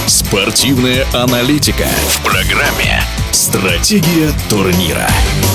Спортивная аналитика в программе «Стратегия турнира».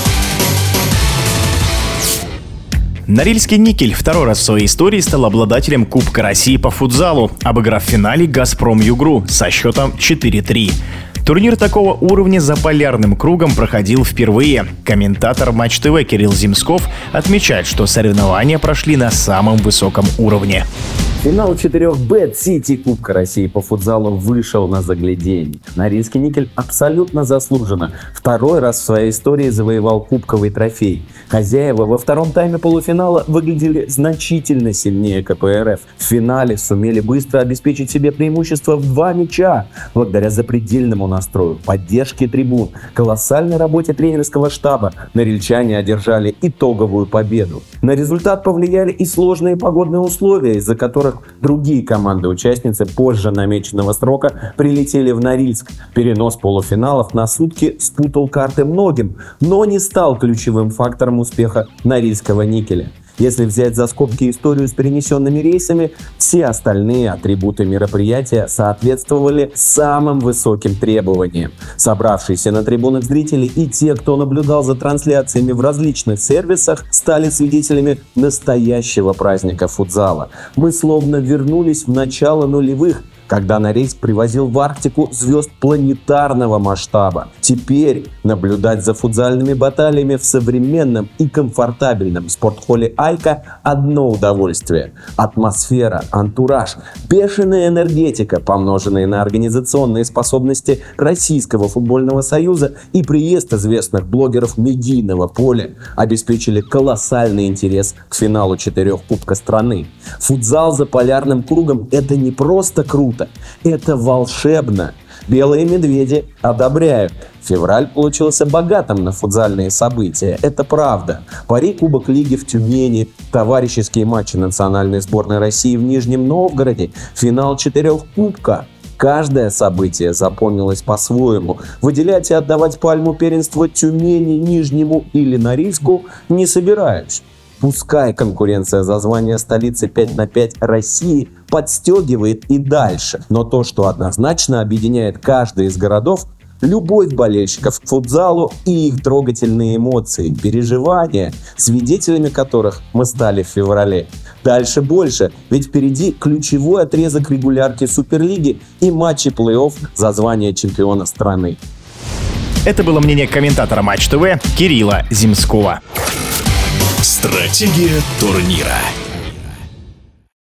Норильский «Никель» второй раз в своей истории стал обладателем Кубка России по футзалу, обыграв в финале «Газпром Югру» со счетом 4-3. Турнир такого уровня за полярным кругом проходил впервые. Комментатор Матч ТВ Кирилл Земсков отмечает, что соревнования прошли на самом высоком уровне. Финал 4Бет Сити Кубка России по футзалу вышел на загляденье. Норильский «Никель» абсолютно заслуженно второй раз в своей истории завоевал кубковый трофей. Хозяева во втором тайме полуфинала выглядели значительно сильнее КПРФ. В финале сумели быстро обеспечить себе преимущество в 2 мяча благодаря запредельному настрою, поддержке трибун, колоссальной работе тренерского штаба. Норильчане одержали итоговую победу. На результат повлияли и сложные погодные условия, из-за которых другие команды-участницы позже намеченного срока прилетели в Норильск. Перенос полуфиналов на сутки спутал карты многим, но не стал ключевым фактором успеха Норильского «Никеля». Если взять за скобки историю с перенесенными рейсами, все остальные атрибуты мероприятия соответствовали самым высоким требованиям. Собравшиеся на трибунах зрители и те, кто наблюдал за трансляциями в различных сервисах, стали свидетелями настоящего праздника футзала. Мы словно вернулись в начало нулевых, когда Норильск привозил в Арктику звезд планетарного масштаба. Теперь наблюдать за футзальными баталиями в современном и комфортабельном спортхолле «Айка» – одно удовольствие. Атмосфера, антураж, бешеная энергетика, помноженные на организационные способности Российского футбольного союза и приезд известных блогеров медийного поля обеспечили колоссальный интерес к финалу 4 Кубка страны. Футзал за полярным кругом – это не просто круто, это волшебно. Белые медведи одобряют. Февраль получился богатым на футзальные события, это правда. Пари Кубок Лиги в Тюмени, товарищеские матчи национальной сборной России в Нижнем Новгороде, финал 4 Кубка. Каждое событие запомнилось по-своему. Выделять и отдавать пальму первенства Тюмени, Нижнему или Норильску не собираюсь. Пускай конкуренция за звание столицы 5/5 России подстегивает и дальше, но то, что однозначно объединяет каждый из городов – любовь болельщиков к футзалу и их трогательные эмоции, переживания, свидетелями которых мы стали в феврале. Дальше больше, ведь впереди ключевой отрезок регулярки Суперлиги и матчи плей-офф за звание чемпиона страны. Это было мнение комментатора Матч ТВ Кирилла Земского. Стратегия турнира.